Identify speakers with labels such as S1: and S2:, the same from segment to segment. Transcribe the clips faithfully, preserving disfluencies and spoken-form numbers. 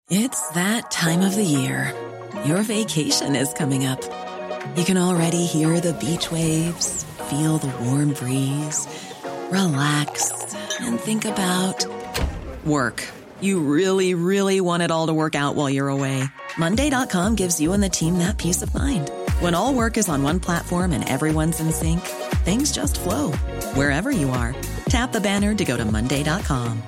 S1: It's that time of the year. Your vacation is coming up. You can already hear the beach waves, feel the warm breeze, relax, and think about work. You really, really want it all to work out while you're away. Monday dot com gives you and the team that peace of mind. When all work is on one platform and everyone's in sync, things just flow. Wherever you are, tap the banner to go to Monday dot com.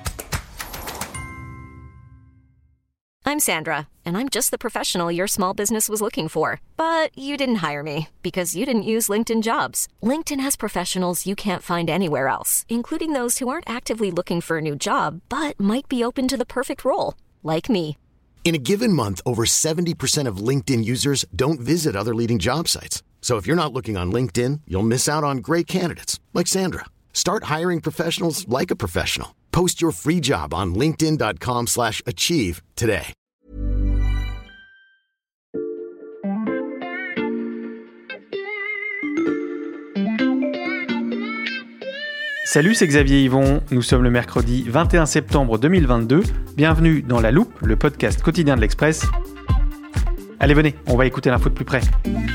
S2: I'm Sandra, and I'm just the professional your small business was looking for. But you didn't hire me because you didn't use LinkedIn Jobs. LinkedIn has professionals you can't find anywhere else, including those who aren't actively looking for a new job, but might be open to the perfect role, like me.
S3: In a given month, over seventy percent of LinkedIn users don't visit other leading job sites. So if you're not looking on LinkedIn, you'll miss out on great candidates like Sandra. Start hiring professionals like a professional. Post your free job on linkedin dot com slash achieve today.
S4: Salut, c'est Xavier Yvon. Nous sommes le mercredi vingt et un septembre deux mille vingt-deux. Bienvenue dans La Loupe, le podcast quotidien de l'Express. Allez, venez, on va écouter l'info de plus près.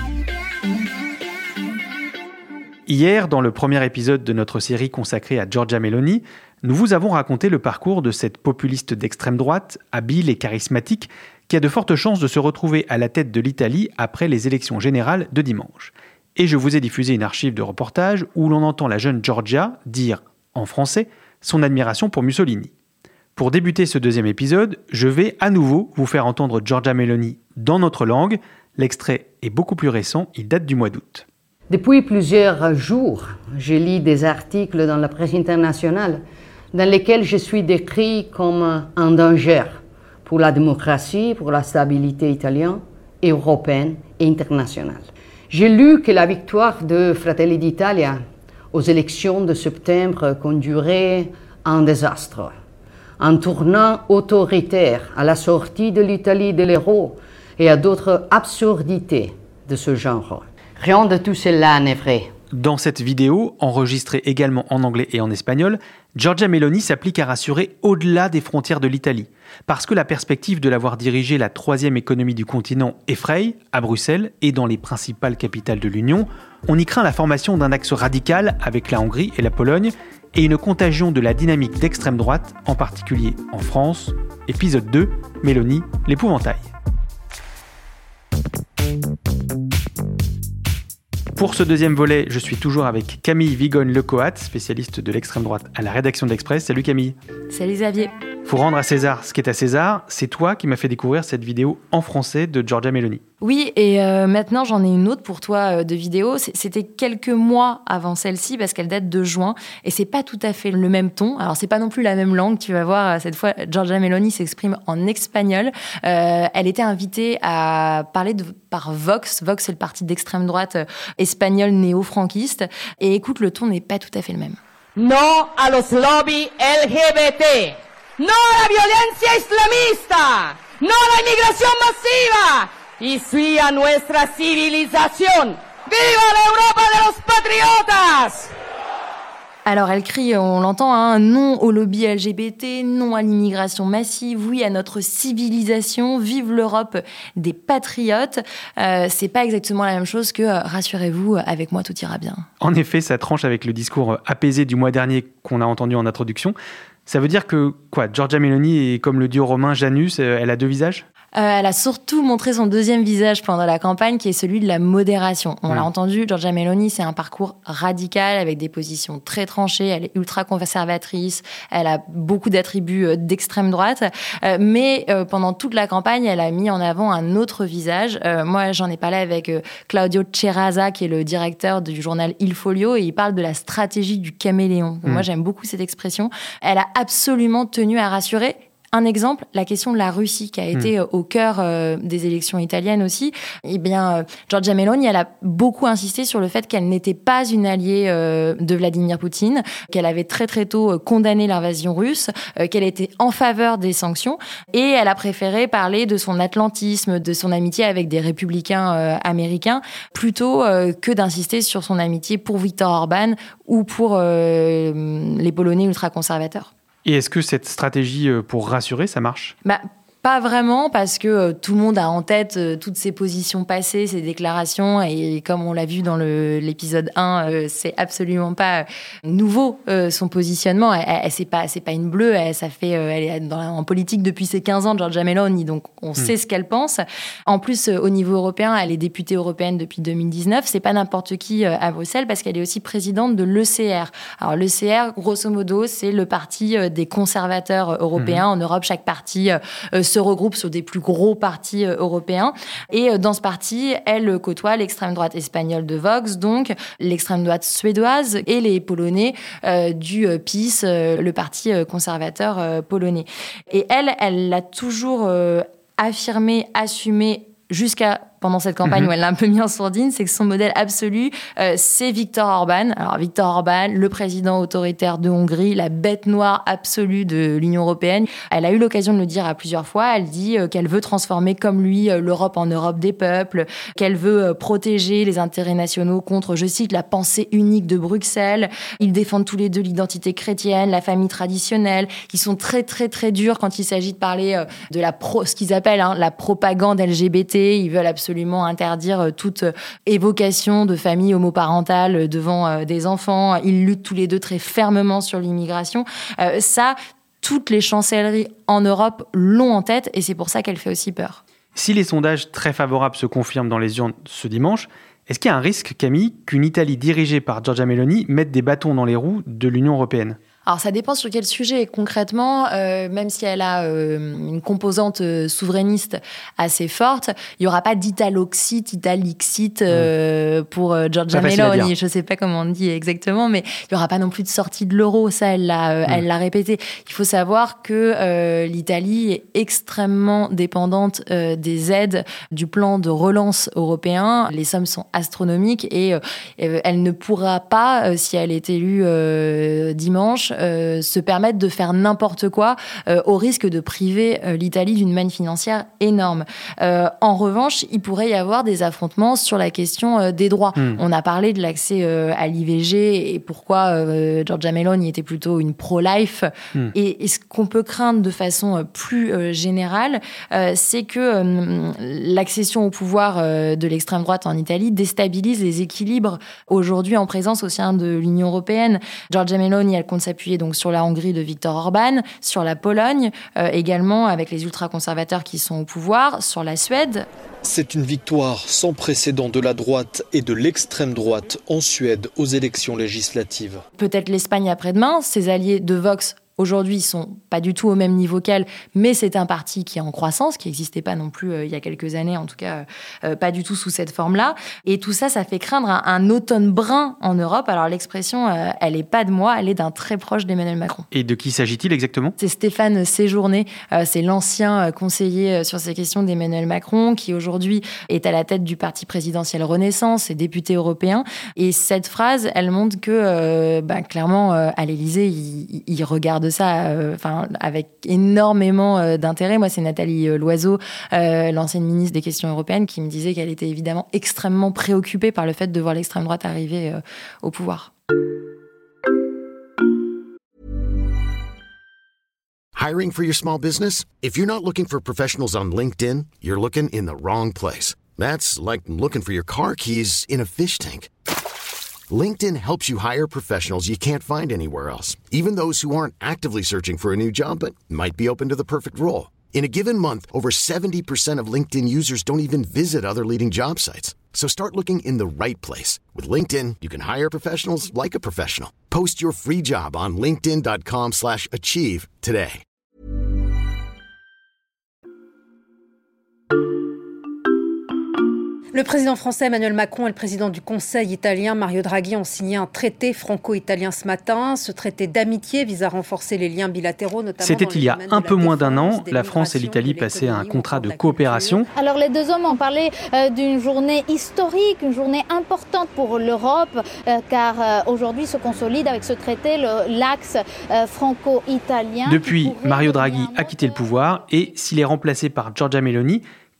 S4: Hier, dans le premier épisode de notre série consacrée à Giorgia Meloni, nous vous avons raconté le parcours de cette populiste d'extrême droite, habile et charismatique, qui a de fortes chances de se retrouver à la tête de l'Italie après les élections générales de dimanche. Et je vous ai diffusé une archive de reportage où l'on entend la jeune Giorgia dire, en français, son admiration pour Mussolini. Pour débuter ce deuxième épisode, je vais à nouveau vous faire entendre Giorgia Meloni dans notre langue. L'extrait est beaucoup plus récent, il date du mois d'août.
S5: Depuis plusieurs jours, je lis des articles dans la presse internationale dans lesquels je suis décrit comme un danger pour la démocratie, pour la stabilité italienne, européenne et internationale. J'ai lu que la victoire de Fratelli d'Italia aux élections de septembre conduirait à un désastre, un tournant autoritaire à la sortie de l'Italie de l'euro et à d'autres absurdités de ce genre. Rien de tout cela n'est vrai.
S4: Dans cette vidéo, enregistrée également en anglais et en espagnol, Giorgia Meloni s'applique à rassurer au-delà des frontières de l'Italie. Parce que la perspective de l'avoir dirigé la troisième économie du continent effraie, à Bruxelles et dans les principales capitales de l'Union, on y craint la formation d'un axe radical avec la Hongrie et la Pologne et une contagion de la dynamique d'extrême droite, en particulier en France. Épisode deux, Meloni, l'épouvantail. Pour ce deuxième volet, je suis toujours avec Camille Vigogne-Lecoat, spécialiste de l'extrême droite à la rédaction de l'Express. Salut Camille.
S6: Salut Xavier.
S4: Faut rendre à César ce qui est à César. C'est toi qui m'as fait découvrir cette vidéo en français de Giorgia Meloni.
S6: Oui, et euh, maintenant j'en ai une autre pour toi euh, de vidéo. C'était quelques mois avant celle-ci parce qu'elle date de juin et c'est pas tout à fait le même ton. Alors c'est pas non plus la même langue. Tu vas voir, cette fois Giorgia Meloni s'exprime en espagnol. Euh, elle était invitée à parler de, par Vox. Vox, c'est le parti d'extrême droite euh, espagnol néo-franquiste. Et écoute, le ton n'est pas tout à fait le même.
S7: No a los lobbies L G B T. No a la violencia islamista. No a la inmigración masiva. Y sí a nuestra civilización. ¡Viva la Europa de los patriotas!
S6: Alors elle crie, on l'entend, hein, non au lobby L G B T, non à l'immigration massive, oui à notre civilisation, vive l'Europe des patriotes. Euh, c'est pas exactement la même chose que euh, rassurez-vous, avec moi tout ira bien.
S4: En effet, ça tranche avec le discours apaisé du mois dernier qu'on a entendu en introduction. Ça veut dire que, quoi, Giorgia Meloni est comme le dieu romain Janus, elle a deux visages ?
S6: Euh, elle a surtout montré son deuxième visage pendant la campagne, qui est celui de la modération. On mmh. l'a entendu, Giorgia Meloni, c'est un parcours radical avec des positions très tranchées. Elle est ultra conservatrice. Elle a beaucoup d'attributs d'extrême droite. Euh, mais euh, pendant toute la campagne, elle a mis en avant un autre visage. Euh, moi, j'en ai parlé avec euh, Claudio Cerasa, qui est le directeur du journal Il Folio, et il parle de la stratégie du caméléon. Mmh. Moi, j'aime beaucoup cette expression. Elle a absolument tenu à rassurer. Un exemple, la question de la Russie, qui a été mmh. au cœur euh, des élections italiennes aussi. Eh bien, euh, Giorgia Meloni, elle a beaucoup insisté sur le fait qu'elle n'était pas une alliée euh, de Vladimir Poutine, qu'elle avait très très tôt euh, condamné l'invasion russe, euh, qu'elle était en faveur des sanctions, et elle a préféré parler de son atlantisme, de son amitié avec des républicains euh, américains, plutôt euh, que d'insister sur son amitié pour Viktor Orban ou pour euh, les Polonais ultra-conservateurs.
S4: Et est-ce que cette stratégie pour rassurer, ça marche ?
S6: Bah, Pas vraiment, parce que euh, tout le monde a en tête euh, toutes ses positions passées, ses déclarations, et comme on l'a vu dans le, l'épisode un, euh, c'est absolument pas euh, nouveau euh, son positionnement. Elle, elle, c'est pas, c'est pas une bleue, elle, ça fait, euh, elle est dans, en politique depuis ses quinze ans, Giorgia Meloni, donc on mmh. sait ce qu'elle pense. En plus, euh, au niveau européen, elle est députée européenne depuis deux mille dix-neuf. C'est pas n'importe qui euh, à Bruxelles, parce qu'elle est aussi présidente de l'E C R. Alors l'E C R, grosso modo, c'est le parti euh, des conservateurs européens. Mmh. En Europe, chaque parti euh, se regroupe sur des plus gros partis euh, européens. Et euh, dans ce parti, elle côtoie l'extrême droite espagnole de Vox, donc l'extrême droite suédoise et les Polonais euh, du euh, PiS, euh, le parti euh, conservateur euh, polonais. Et elle, elle l'a toujours euh, affirmé, assumé jusqu'à pendant cette campagne mmh. où elle l'a un peu mis en sourdine, c'est que son modèle absolu, euh, c'est Viktor Orban. Alors Viktor Orban, le président autoritaire de Hongrie, la bête noire absolue de l'Union européenne. Elle a eu l'occasion de le dire à plusieurs fois. Elle dit euh, qu'elle veut transformer comme lui euh, l'Europe en Europe des peuples, qu'elle veut euh, protéger les intérêts nationaux contre, je cite, la pensée unique de Bruxelles. Ils défendent tous les deux l'identité chrétienne, la famille traditionnelle. Ils sont très très très durs quand il s'agit de parler euh, de la pro, ce qu'ils appellent hein, la propagande L G B T. Ils veulent absolument interdire toute évocation de famille homoparentale devant des enfants. Ils luttent tous les deux très fermement sur l'immigration. Euh, ça, toutes les chancelleries en Europe l'ont en tête et c'est pour ça qu'elle fait aussi peur.
S4: Si les sondages très favorables se confirment dans les urnes ce dimanche, est-ce qu'il y a un risque, Camille, qu'une Italie dirigée par Giorgia Meloni mette des bâtons dans les roues de l'Union européenne ?
S6: Alors, ça dépend sur quel sujet. Concrètement, euh, même si elle a euh, une composante euh, souverainiste assez forte, il n'y aura pas d'italoxite, italixite euh, mmh. pour euh, Giorgia Meloni. Je ne sais pas comment on dit exactement, mais il n'y aura pas non plus de sortie de l'euro. Ça, elle l'a, euh, mmh. elle l'a répété. Il faut savoir que euh, l'Italie est extrêmement dépendante euh, des aides du plan de relance européen. Les sommes sont astronomiques et euh, elle ne pourra pas, euh, si elle est élue euh, dimanche, Euh, se permettre de faire n'importe quoi euh, au risque de priver euh, l'Italie d'une manne financière énorme. Euh, en revanche, il pourrait y avoir des affrontements sur la question euh, des droits. Mmh. On a parlé de l'accès euh, à l'I V G et pourquoi euh, Giorgia Meloni était plutôt une pro-life. Mmh. Et, et ce qu'on peut craindre de façon euh, plus euh, générale, euh, c'est que euh, l'accession au pouvoir euh, de l'extrême droite en Italie déstabilise les équilibres aujourd'hui en présence au sein de l'Union européenne. Giorgia Meloni, elle compte s'appuyer donc sur la Hongrie de Viktor Orban, sur la Pologne, euh, également avec les ultra-conservateurs qui sont au pouvoir, sur la Suède.
S8: C'est une victoire sans précédent de la droite et de l'extrême droite en Suède aux élections législatives.
S6: Peut-être l'Espagne après-demain, ses alliés de Vox aujourd'hui, ils sont pas du tout au même niveau qu'elle, mais c'est un parti qui est en croissance, qui n'existait pas non plus euh, il y a quelques années, en tout cas euh, pas du tout sous cette forme-là. Et tout ça, ça fait craindre un, un automne brun en Europe. Alors l'expression, euh, elle est pas de moi, elle est d'un très proche d'Emmanuel Macron.
S4: Et de qui s'agit-il exactement ?
S6: C'est Stéphane Séjourné, euh, c'est l'ancien conseiller euh, sur ces questions d'Emmanuel Macron, qui aujourd'hui est à la tête du parti présidentiel Renaissance, est député européen. Et cette phrase, elle montre que, euh, bah, clairement, euh, à l'Élysée, il, il regarde de ça euh, avec énormément euh, d'intérêt. Moi, c'est Nathalie euh, Loiseau, euh, l'ancienne ministre des questions européennes, qui me disait qu'elle était évidemment extrêmement préoccupée par le fait de voir l'extrême droite arriver euh, au pouvoir.
S3: Hiring for your small business? If you're not looking for professionals on LinkedIn, you're looking in the wrong place. That's like looking for your car keys in a fish tank. LinkedIn helps you hire professionals you can't find anywhere else, even those who aren't actively searching for a new job but might be open to the perfect role. In a given month, over seventy percent of LinkedIn users don't even visit other leading job sites. So start looking in the right place. With LinkedIn, you can hire professionals like a professional. Post your free job on linkedin dot com slash achieve today.
S9: Le président français Emmanuel Macron et le président du Conseil italien Mario Draghi ont signé un traité franco-italien ce matin. Ce traité d'amitié vise à renforcer les liens bilatéraux, notamment
S4: C'était
S9: dans
S4: il y a un peu moins d'un an. La France et
S9: l'Italie
S4: l'Italie passaient un contrat de coopération.
S10: Alors les deux hommes ont parlé euh, d'une journée historique, une journée importante pour l'Europe, euh, car euh, aujourd'hui se consolide avec ce traité le, l'axe euh, franco-italien.
S4: Depuis, Mario Draghi a quitté le pouvoir et s'il est remplacé par Giorgia Meloni,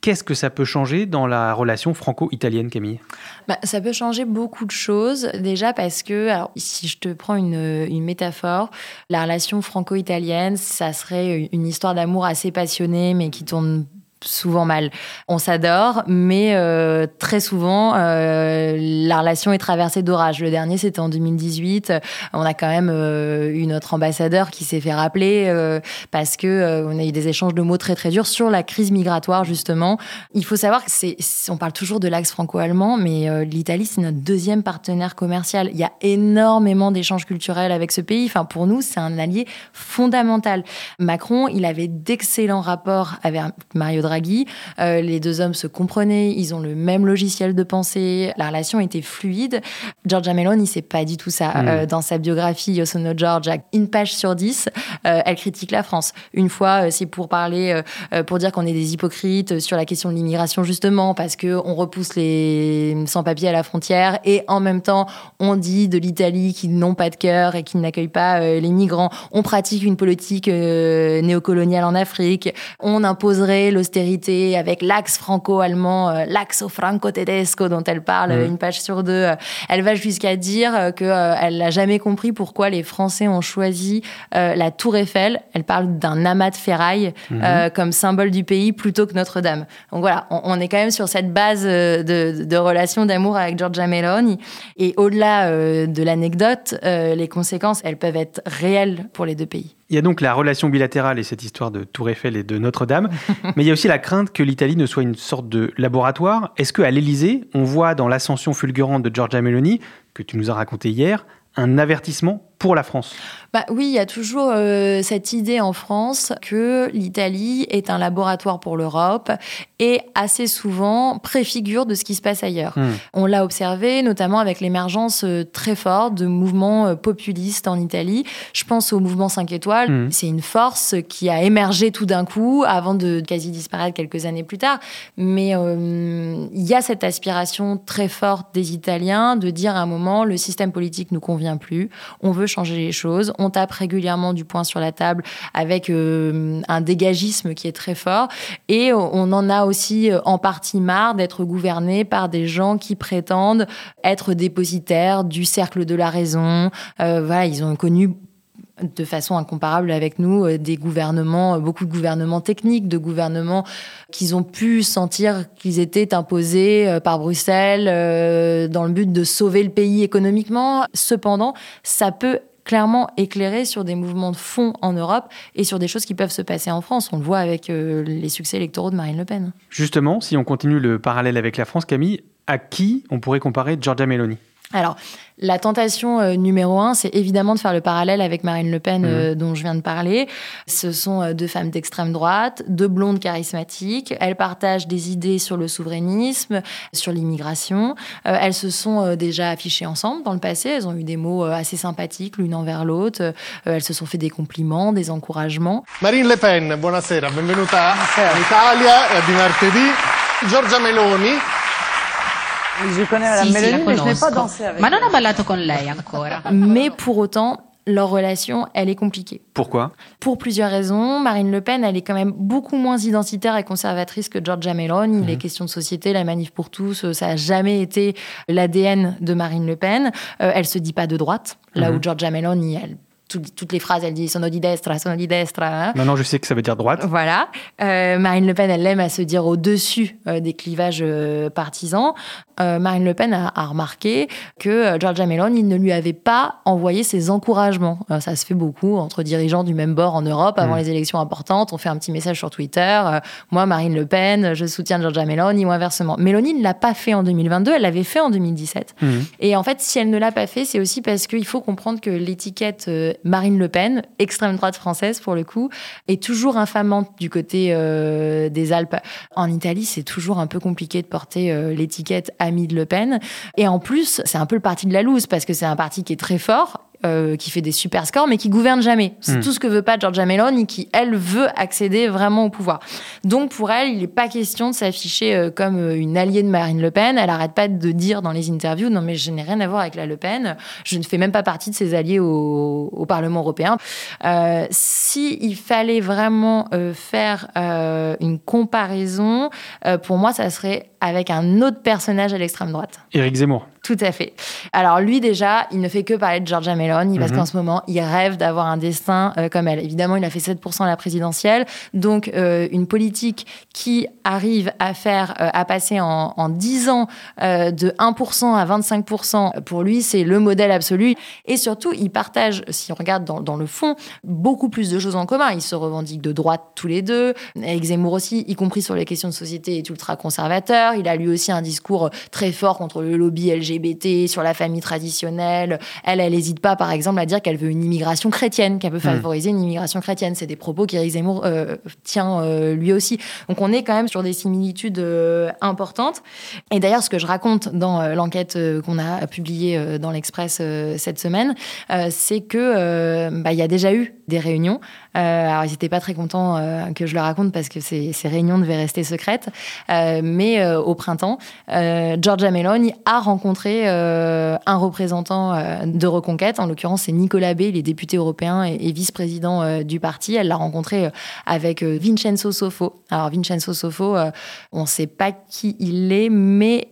S4: qu'est-ce que ça peut changer dans la relation franco-italienne, Camille ?
S6: Bah, ça peut changer beaucoup de choses. Déjà parce que, alors, si je te prends une, une métaphore, la relation franco-italienne, ça serait une histoire d'amour assez passionnée, mais qui tourne souvent mal. On s'adore, mais euh, très souvent, euh, la relation est traversée d'orages. Le dernier, c'était en deux mille dix-huit. On a quand même euh, eu notre ambassadeur qui s'est fait rappeler euh, parce que euh, on a eu des échanges de mots très très durs sur la crise migratoire, justement. Il faut savoir que c'est, on parle toujours de l'axe franco-allemand, mais euh, l'Italie, c'est notre deuxième partenaire commercial. Il y a énormément d'échanges culturels avec ce pays. Enfin, pour nous, c'est un allié fondamental. Macron, il avait d'excellents rapports avec Mario Draghi. Euh, les deux hommes se comprenaient, ils ont le même logiciel de pensée, la relation était fluide. Giorgia Meloni, c'est pas du tout ça. Mmh. Euh, dans sa biographie, Io sono Giorgia, une page sur dix, euh, elle critique la France. Une fois, euh, c'est pour parler, euh, pour dire qu'on est des hypocrites sur la question de l'immigration, justement, parce qu'on repousse les sans-papiers à la frontière et en même temps, on dit de l'Italie qu'ils n'ont pas de cœur et qu'ils n'accueillent pas euh, les migrants. On pratique une politique euh, néocoloniale en Afrique. On imposerait l'austérité avec l'axe franco-allemand, euh, l'axe franco-tedesco dont elle parle mmh. une page sur deux. Elle va jusqu'à dire qu'elle euh, n'a jamais compris pourquoi les Français ont choisi euh, la Tour Eiffel. Elle parle d'un amas de ferraille mmh. euh, comme symbole du pays plutôt que Notre-Dame. Donc voilà, on, on est quand même sur cette base de, de, de relation d'amour avec Giorgia Meloni. Et au-delà euh, de l'anecdote, euh, les conséquences, elles peuvent être réelles pour les deux pays.
S4: Il y a donc la relation bilatérale et cette histoire de Tour Eiffel et de Notre-Dame, mais il y a aussi la crainte que l'Italie ne soit une sorte de laboratoire. Est-ce qu'à l'Élysée, on voit dans l'ascension fulgurante de Giorgia Meloni, que tu nous as raconté hier, un avertissement pour la France?
S6: Bah oui, il y a toujours euh, cette idée en France que l'Italie est un laboratoire pour l'Europe et assez souvent préfigure de ce qui se passe ailleurs. Mmh. On l'a observé notamment avec l'émergence euh, très forte de mouvements euh, populistes en Italie. Je pense au mouvement cinq étoiles. Mmh. C'est une force qui a émergé tout d'un coup avant de quasi disparaître quelques années plus tard. Mais euh, il y a cette aspiration très forte des Italiens de dire à un moment le système politique nous convient plus, on veut changer les choses, on tape régulièrement du poing sur la table avec euh, un dégagisme qui est très fort et on en a aussi en partie marre d'être gouverné par des gens qui prétendent être dépositaires du cercle de la raison. Euh, voilà, ils ont connu de façon incomparable avec nous, euh, des gouvernements, beaucoup de gouvernements techniques, de gouvernements qu'ils ont pu sentir qu'ils étaient imposés euh, par Bruxelles euh, dans le but de sauver le pays économiquement. Cependant, ça peut clairement éclairé sur des mouvements de fond en Europe et sur des choses qui peuvent se passer en France. On le voit avec euh, les succès électoraux de Marine Le Pen.
S4: Justement, si on continue le parallèle avec la France, Camille, à qui on pourrait comparer Giorgia Meloni ?
S6: Alors, la tentation euh, numéro un, c'est évidemment de faire le parallèle avec Marine Le Pen, euh, mmh. dont je viens de parler. Ce sont euh, deux femmes d'extrême droite, deux blondes charismatiques. Elles partagent des idées sur le souverainisme, sur l'immigration. Euh, elles se sont euh, déjà affichées ensemble dans le passé. Elles ont eu des mots euh, assez sympathiques l'une envers l'autre. Euh, elles se sont fait des compliments, des encouragements.
S11: Marine Le Pen, buonasera, benvenuta in Italia di martedì. Giorgia Meloni.
S12: Je connais Madame
S6: si,
S12: Meloni,
S6: si,
S12: mais je n'ai pas dansé avec
S13: Ma non ho ballato con lei ancora.
S6: Mais pour autant, leur relation, elle est compliquée.
S4: Pourquoi ?
S6: Pour plusieurs raisons. Marine Le Pen, elle est quand même beaucoup moins identitaire et conservatrice que Giorgia Meloni. Mmh. Les questions de société, la manif pour tous, ça n'a jamais été l'A D N de Marine Le Pen. Euh, elle ne se dit pas de droite, là mmh. où Giorgia Meloni, elle... Toutes les phrases, elle dit « sono di destra, sono di destra ».
S4: Maintenant, je sais que ça veut dire droite.
S6: Voilà. Euh, Marine Le Pen, elle aime à se dire au-dessus euh, des clivages euh, partisans. Euh, Marine Le Pen a, a remarqué que euh, Giorgia Meloni ne lui avait pas envoyé ses encouragements. Euh, ça se fait beaucoup entre dirigeants du même bord en Europe. Avant mmh. les élections importantes, on fait un petit message sur Twitter. Euh, moi, Marine Le Pen, je soutiens Giorgia Meloni ou inversement. Meloni ne l'a pas fait en deux mille vingt-deux, elle l'avait fait en deux mille dix-sept. Mmh. Et en fait, si elle ne l'a pas fait, c'est aussi parce qu'il faut comprendre que l'étiquette euh, Marine Le Pen, extrême droite française pour le coup, est toujours infamante du côté euh, des Alpes. En Italie, c'est toujours un peu compliqué de porter euh, l'étiquette amie de Le Pen. Et en plus, c'est un peu le parti de la loose parce que c'est un parti qui est très fort. euh, qui fait des super scores, mais qui gouverne jamais. C'est mmh. tout ce que veut pas Giorgia Meloni, qui, elle, veut accéder vraiment au pouvoir. Donc, pour elle, il n'est pas question de s'afficher euh, comme une alliée de Marine Le Pen. Elle n'arrête pas de dire dans les interviews « Non, mais je n'ai rien à voir avec la Le Pen. Je ne fais même pas partie de ses alliés au, au Parlement européen. Euh, » S'il fallait vraiment euh, faire euh, une comparaison, euh, pour moi, ça serait avec un autre personnage à l'extrême droite.
S4: Éric Zemmour.
S6: Tout à fait. Alors lui, déjà, il ne fait que parler de Giorgia Meloni, parce mm-hmm. qu'en ce moment, il rêve d'avoir un destin euh, comme elle. Évidemment, il a fait sept pour cent à la présidentielle, donc euh, une politique qui arrive à faire, euh, à passer en, en dix ans euh, de un pour cent à vingt-cinq pour cent, pour lui, c'est le modèle absolu. Et surtout, il partage, si on regarde dans, dans le fond, beaucoup plus de choses en commun. Ils se revendiquent de droite tous les deux, avec Zemmour aussi, y compris sur les questions de société, est ultra-conservateur. Il a lui aussi un discours très fort contre le lobby L G B T, sur la famille traditionnelle. Elle, elle n'hésite pas, par exemple, à dire qu'elle veut une immigration chrétienne, qu'elle veut favoriser une immigration chrétienne. C'est des propos qu'Éric Zemmour euh, tient euh, lui aussi. Donc on est quand même sur des similitudes euh, importantes. Et d'ailleurs, ce que je raconte dans euh, l'enquête euh, qu'on a publiée euh, dans l'Express euh, cette semaine, euh, c'est que euh, bah, y a déjà eu des réunions. Euh, alors, ils n'étaient pas très contents euh, que je le raconte parce que ces, ces réunions devaient rester secrètes. Euh, mais euh, au printemps, euh, Giorgia Meloni a rencontré euh, un représentant euh, de Reconquête. En l'occurrence, c'est Nicolas Bay, il est député européen et, et vice-président euh, du parti. Elle l'a rencontré euh, avec euh, Vincenzo Sofo. Alors, Vincenzo Sofo, euh, on ne sait pas qui il est, mais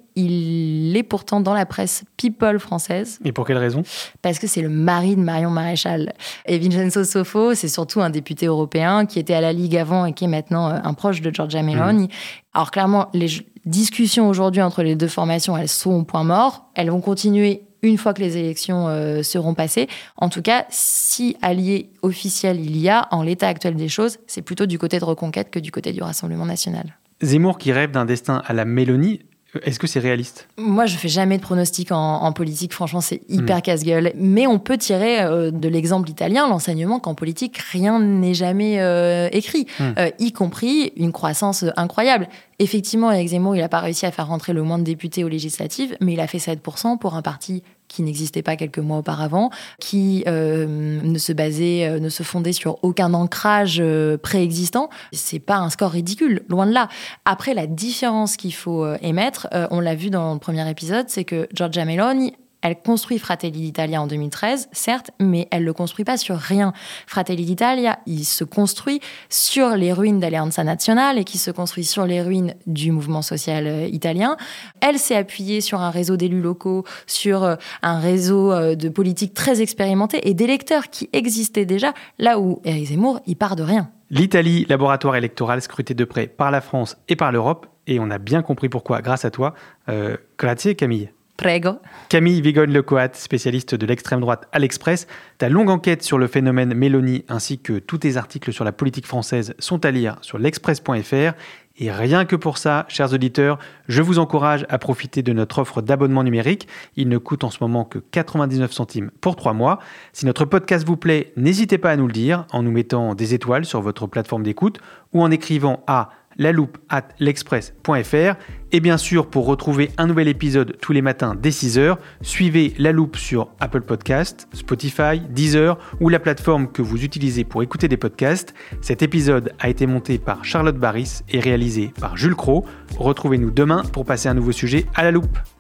S6: il est pourtant dans la presse people française.
S4: Et pour quelle raison ?
S6: Parce que c'est le mari de Marion Maréchal. Et Vincenzo Sofo, c'est surtout un député européen qui était à la Ligue avant et qui est maintenant un proche de Giorgia Meloni. Mmh. Alors clairement, les discussions aujourd'hui entre les deux formations, elles sont au point mort. Elles vont continuer une fois que les élections euh, seront passées. En tout cas, si allié officiel il y a, en l'état actuel des choses, c'est plutôt du côté de Reconquête que du côté du Rassemblement national.
S4: Zemmour qui rêve d'un destin à la Meloni, est-ce que c'est réaliste ?
S6: Moi, je fais jamais de pronostics en, en politique. Franchement, c'est hyper mmh. casse-gueule. Mais on peut tirer euh, de l'exemple italien l'enseignement qu'en politique, rien n'est jamais euh, écrit, mmh. euh, y compris une croissance incroyable. Effectivement, avec Zemmour, il n'a pas réussi à faire rentrer le moins de députés aux législatives, mais il a fait sept pour cent pour un parti qui n'existait pas quelques mois auparavant, qui euh, ne se basait, euh, ne se fondait sur aucun ancrage euh, préexistant. C'est pas un score ridicule, loin de là. Après, la différence qu'il faut euh, émettre, euh, on l'a vu dans le premier épisode, c'est que Giorgia Meloni, elle construit Fratelli d'Italia en deux mille treize, certes, mais elle ne le construit pas sur rien. Fratelli d'Italia, il se construit sur les ruines d'Alleanza Nazionale et qui se construit sur les ruines du mouvement social euh, italien. Elle s'est appuyée sur un réseau d'élus locaux, sur euh, un réseau euh, de politiques très expérimentés et d'électeurs qui existaient déjà, là où Éric Zemmour, il part de rien.
S4: L'Italie, laboratoire électoral scruté de près par la France et par l'Europe, et on a bien compris pourquoi grâce à toi. Euh, grazie Camille.
S6: Prego.
S4: Camille Vigogne-Lecoat, spécialiste de l'extrême droite à l'Express. Ta longue enquête sur le phénomène Meloni ainsi que tous tes articles sur la politique française sont à lire sur l'express point f r. Et rien que pour ça, chers auditeurs, je vous encourage à profiter de notre offre d'abonnement numérique. Il ne coûte en ce moment que quatre-vingt-dix-neuf centimes pour trois mois. Si notre podcast vous plaît, n'hésitez pas à nous le dire en nous mettant des étoiles sur votre plateforme d'écoute ou en écrivant à la loupe at l'express point f r. Et bien sûr, pour retrouver un nouvel épisode tous les matins dès six heures, suivez La Loupe sur Apple Podcasts, Spotify, Deezer ou la plateforme que vous utilisez pour écouter des podcasts. Cet épisode a été monté par Charlotte Baris et réalisé par Jules Cros. Retrouvez-nous demain pour passer un nouveau sujet à La Loupe.